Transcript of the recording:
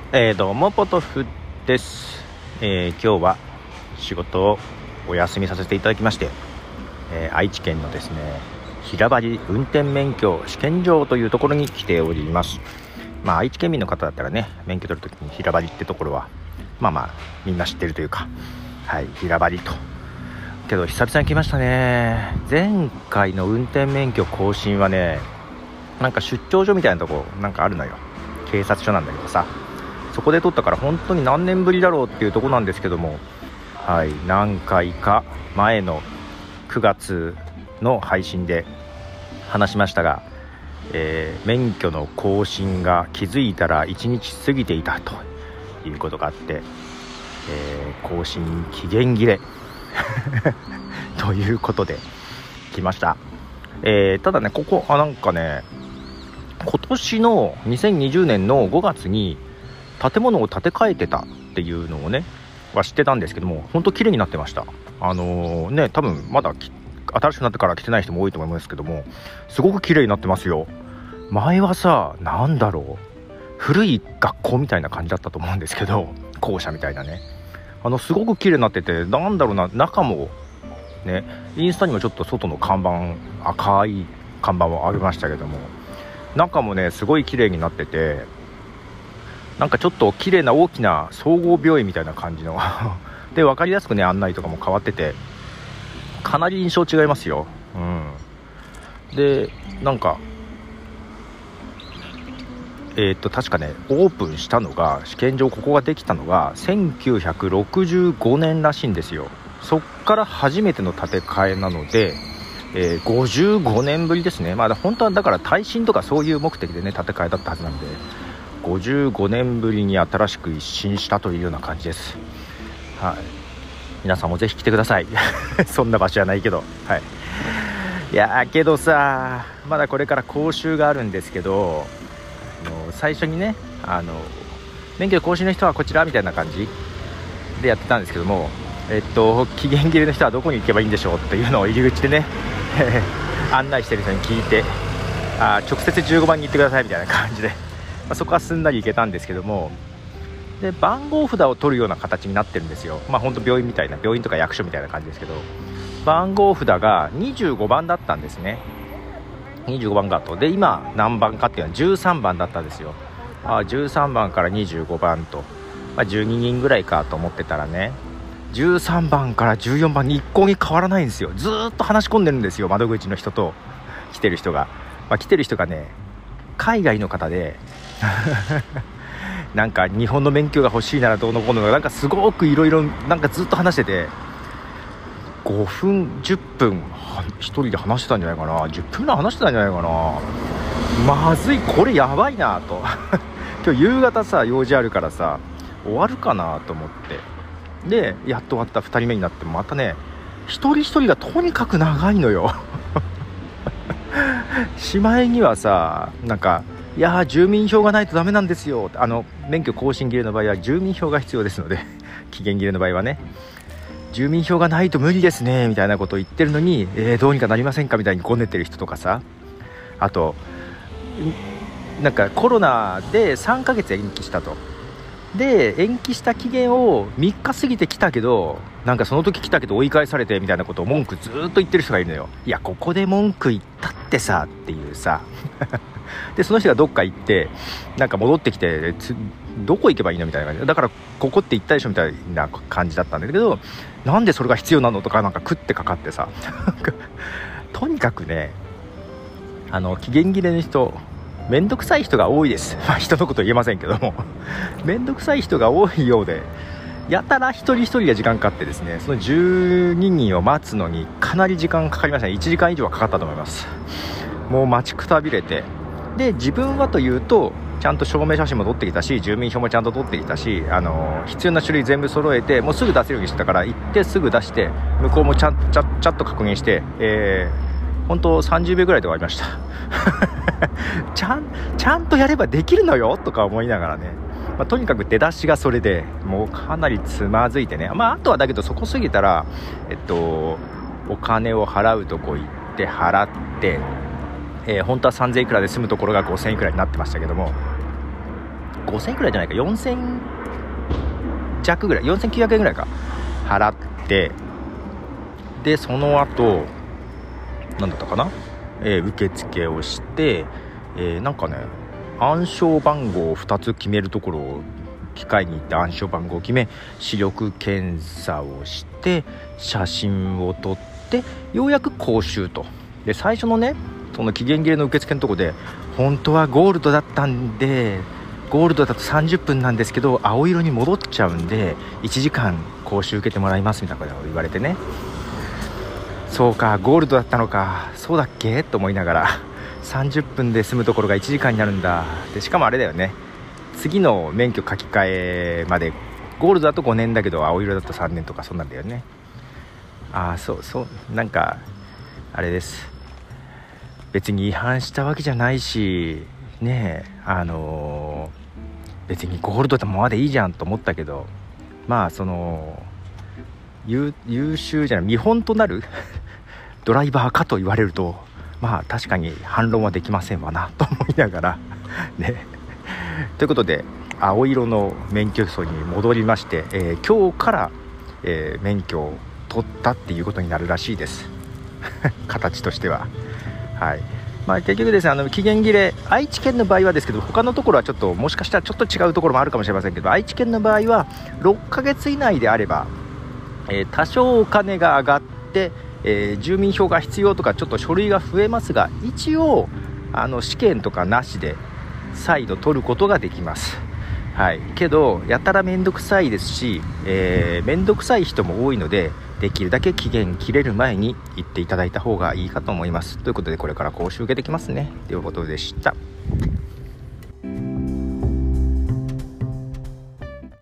どうもポトフです。今日は仕事をお休みさせていただきまして、愛知県のですね平張運転免許試験場というところに来ております。愛知県民の方だったらね、免許取るときに平張ってところはみんな知ってるというか、平張と。けど久々に来ましたね。前回の運転免許更新はね、なんか出張所みたいなとこなんかあるのよ。警察署なんだけどさ、そこで撮ったから本当に何年ぶりだろうっていうとこなんですけども、何回か前の9月の配信で話しましたが、免許の更新が気づいたら1日過ぎていたということがあって、更新期限切れということで来ました。ただね、なんかね、今年の2020年の5月に建物を建て替えてたっていうのをねは知ってたんですけども、本当綺麗になってました。多分まだ新しくなってから来てない人も多いと思いますけども、すごく綺麗になってますよ。前はさ、古い学校みたいな感じだったと思うんですけど、校舎みたいなね、すごく綺麗になってて、中もね、インスタにもちょっと外の看板、赤い看板をあげましたけども、中もねすごい綺麗になってて、なんかちょっと綺麗な大きな総合病院みたいな感じので、分かりやすくね案内とかも変わってて、かなり印象違いますよ。で、なんか確かね、オープンしたのが、試験場ここができたのが1965年らしいんですよ。そっから初めての建て替えなので、55年ぶりですね。本当はだから耐震とかそういう目的でね建て替えだったはずなんで、55年ぶりに新しく一新したというような感じです。皆さんもぜひ来てくださいそんな場所じゃないけど、いやけどさ、まだこれから講習があるんですけど、最初にね、免許更新の人はこちらみたいな感じでやってたんですけども、期限切れの人はどこに行けばいいんでしょうっていうのを入り口でね案内してる人に聞いて、直接15番に行ってくださいみたいな感じで、そこはすんなり行けたんですけども、で番号札を取るような形になってるんですよ。本当病院みたいな、病院とか役所みたいな感じですけど、番号札が25番だったんですね。25番がとで、今何番かっていうのは13番だったんですよ。13番から25番と、12人ぐらいかと思ってたらね、13番から14番に一向に変わらないんですよ。ずーっと話し込んでるんですよ、窓口の人と来てる人が。来てる人がね、海外の方でなんか日本の免許が欲しいならどうのこうの、なんかすごくいろいろなんかずっと話してて、5分10分一人で話してたんじゃないかな、10分ぐらい話してたんじゃないかな。まずい、これやばいなと今日夕方さ用事あるからさ、終わるかなと思って、でやっと終わった。2人目になってもまたね、一人一人がとにかく長いのよしまいにはさ、なんか、いや住民票がないとダメなんですよ、免許更新切れの場合は住民票が必要ですので期限切れの場合はね、住民票がないと無理ですねみたいなことを言ってるのに、どうにかなりませんかみたいにごねてる人とかさ、あとなんかコロナで3ヶ月延期したと。で延期した期限を3日過ぎてきたけど、なんかその時来たけど追い返されてみたいなことを文句ずっと言ってる人がいるのよ。いや、ここで文句言ったってさっていうさでその人がどっか行ってなんか戻ってきて、どこ行けばいいのみたいな感じだから、ここって言ったでしょみたいな感じだったんだけど、なんでそれが必要なのとか、なんか食ってかかってさとにかくね、期限切れの人めんどくさい人が多いです。人のこと言えませんけどもめんどくさい人が多いようで、やたら一人一人が時間かかってですね、その12人を待つのにかなり時間かかりましたね。1時間以上はかかったと思います。もう待ちくたびれて、で自分はというとちゃんと証明写真も撮ってきたし、住民票もちゃんと撮ってきたし、必要な種類全部揃えて、もうすぐ出せるようにしてたから、行ってすぐ出して、向こうもちゃんと確認して、本当30秒ぐらいで終わりましたちゃんとやればできるのよとか思いながらね、とにかく出だしがそれでもうかなりつまずいてね、あとはだけどそこ過ぎたら、お金を払うとこ行って払って、本当は3000いくらで済むところが5000いくらになってましたけども、 5000円くらいじゃないか、4000弱ぐらい、4900円ぐらいか払って、でその後何だったかな、受付をして、なんかね暗証番号を2つ決めるところを機械に行って暗証番号を決め、視力検査をして写真を撮って、ようやく講習と。で最初のねその期限切れの受付のとこで、本当はゴールドだったんで、ゴールドだと30分なんですけど青色に戻っちゃうんで1時間講習受けてもらいますみたいなことを言われてね、そうかゴールドだったのか、そうだっけと思いながら、30分で済むところが1時間になるんだ。でしかもあれだよね、次の免許書き換えまでゴールドだと5年だけど青色だと3年とかそんなんだよね。そうなんかあれです、別に違反したわけじゃないしね、別にゴールドってままでいいじゃんと思ったけど、まあその優秀じゃない見本となるドライバーかと言われると、まあ確かに反論はできませんわなと思いながらね。ということで青色の免許証に戻りまして、今日から、免許を取ったっていうことになるらしいです形としては。はい、まあ、結局ですね、期限切れ、愛知県の場合はですけど、他のところはちょっともしかしたらちょっと違うところもあるかもしれませんけど、愛知県の場合は6ヶ月以内であれば、多少お金が上がって、住民票が必要とかちょっと書類が増えますが、一応試験とかなしで再度取ることができます。はい、けどやたらめんどくさいですし、めんどくさい人も多いので、できるだけ期限切れる前に行っていただいた方がいいかと思います。ということでこれから講習受けてきますねということでした。